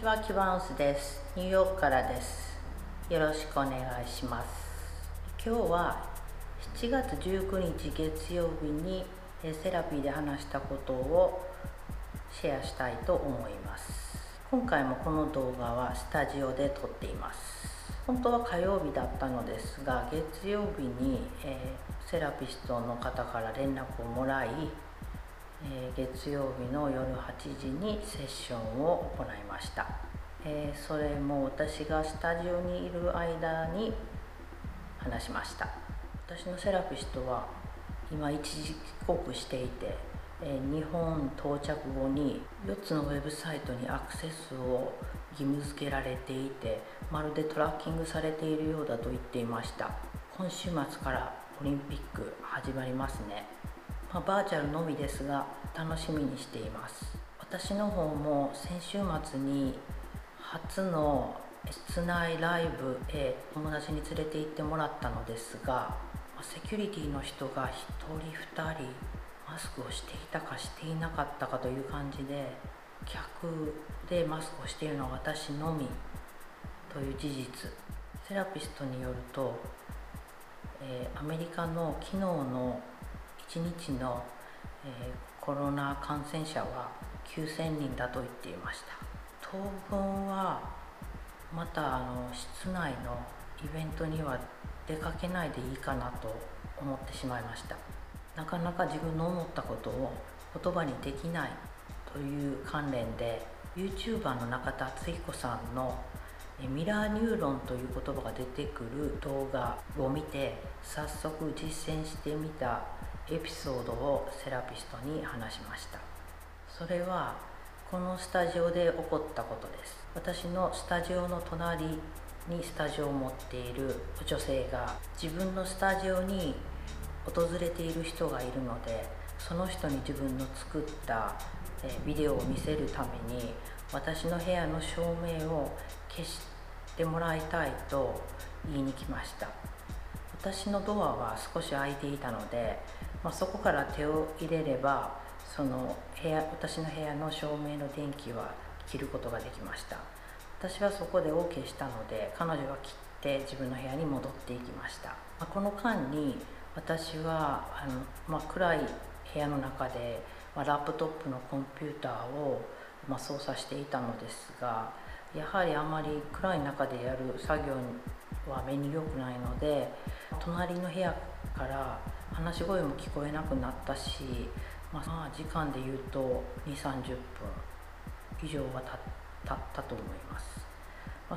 ちは、キバウンスです。ニューヨークからです。よろしくお願いします。今日は7月19日月曜日にセラピーで話したことをシェアしたいと思います。今回もこの動画はスタジオで撮っています。本当は火曜日だったのですが、月曜日に、セラピストの方から連絡をもらい、月曜日の夜8時にセッションを行いました。それも私がスタジオにいる間に話しました。私のセラピストは今一時帰国していて、日本到着後に4つのウェブサイトにアクセスを義務付けられていて、まるでトラッキングされているようだと言っていました。今週末からオリンピック始まりますね。バーチャルのみですが楽しみにしています。私の方も先週末に初の室内ライブへ友達に連れて行ってもらったのですが、セキュリティの人が1人2人マスクをしていたかしていなかったかという感じで、客でマスクをしているのは私のみという事実。セラピストによると、アメリカの昨日の1日の、コロナ感染者は9000人だと言っていました。当分はまた室内のイベントには出かけないでいいかなと思ってしまいました。なかなか自分の思ったことを言葉にできないという関連で、 YouTuber の中田敦彦さんのミラーニューロンという言葉が出てくる動画を見て、早速実践してみたエピソードをセラピストに話しました。それはこのスタジオで起こったことです。私のスタジオの隣にスタジオを持っている女性が、自分のスタジオに訪れている人がいるので、その人に自分の作ったビデオを見せるために私の部屋の照明を消してもらいたいと言いに来ました。私のドアは少し開いていたので、そこから手を入れれば私の部屋の照明の電気は切ることができました。私はそこで OK したので、彼女は切って自分の部屋に戻っていきました。この間に私は暗い部屋の中で、ラップトップのコンピューターを操作していたのですが、やはりあまり暗い中でやる作業は目に良くないので、隣の部屋から話し声も聞こえなくなったし、時間でいうと2、30分以上は経ったと思います。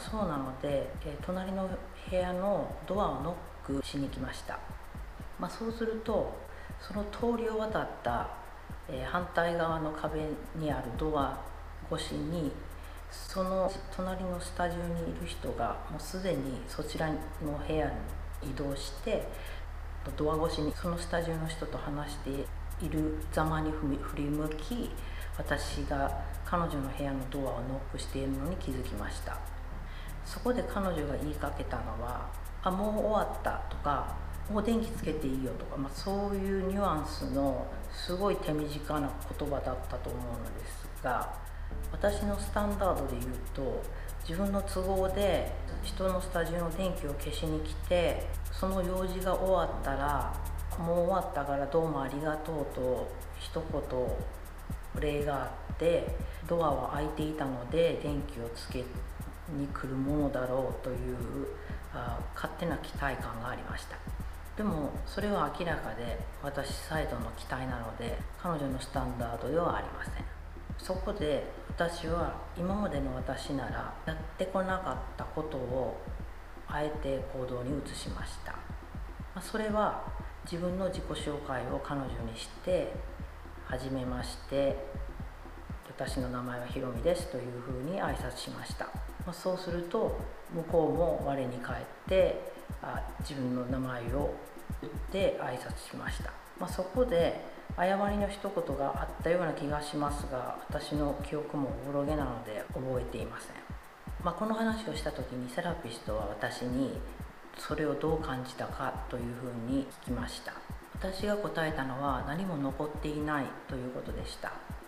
そうなので、隣の部屋のドアをノックしに来ました。そうすると、その通りを渡った、反対側の壁にあるドア越しに、その隣のスタジオにいる人がもうすでにそちらの部屋に移動して、ドア越しにそのスタジオの人と話しているざまに振り向き、私が彼女の部屋のドアをノックしているのに気づきました。そこで彼女が言いかけたのは、もう終わったとか、もう電気つけていいよとか、そういうニュアンスのすごい手短な言葉だったと思うのですが、私のスタンダードで言うと、自分の都合で人のスタジオの電気を消しに来て、その用事が終わったら、もう終わったからどうもありがとうと一言礼があって、ドアは開いていたので電気をつけに来るものだろうという勝手な期待感がありました。でもそれは明らかで私サイドの期待なので、彼女のスタンダードではありません。そこで私は今までの私ならやってこなかったことをあえて行動に移しました。それは自分の自己紹介を彼女にして、はじめまして、私の名前はひろみですというふうに挨拶しました。そうすると向こうも我に返って自分の名前を言って挨拶しました。そこで誤りの一言があったような気がしますが、私の記憶もおぼろげなので覚えていません。この話をした時にセラピストは私にそれをどう感じたかというふうに聞きました。私が答えたのは何も残っていないということでした。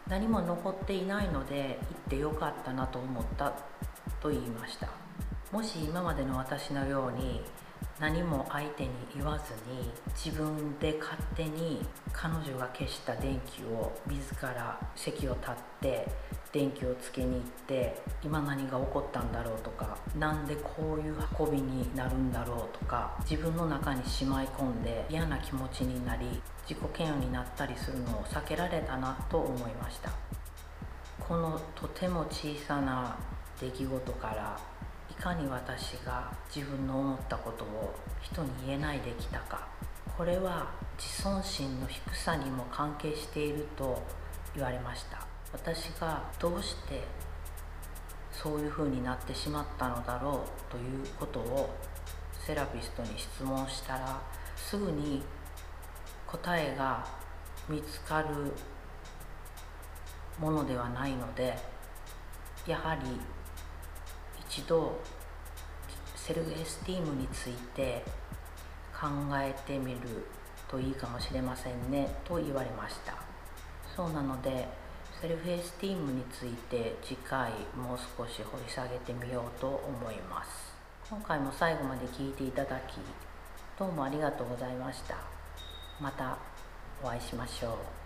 何も残っていないので行ってよかったなと思ったと言いました。もし今までの私のように何も相手に言わずに自分で勝手に彼女が消した電気を自ら席を立って電気をつけに行って今何が起こったんだろうとか、なんでこういう運びになるんだろうとか、自分の中にしまい込んで嫌な気持ちになり自己嫌悪になったりするのを避けられたなと思いました。このとても小さな出来事からいかに私が自分の思ったことを人に言えないできたか、これは自尊心の低さにも関係していると言われました。私がどうしてそういうふうになってしまったのだろうということをセラピストに質問したら、すぐに答えが見つかるものではないので、やはり一度セルフエスティームについて考えてみるといいかもしれませんねと言われました。そうなのでセルフエスティームについて次回もう少し掘り下げてみようと思います。今回も最後まで聞いていただきどうもありがとうございました。またお会いしましょう。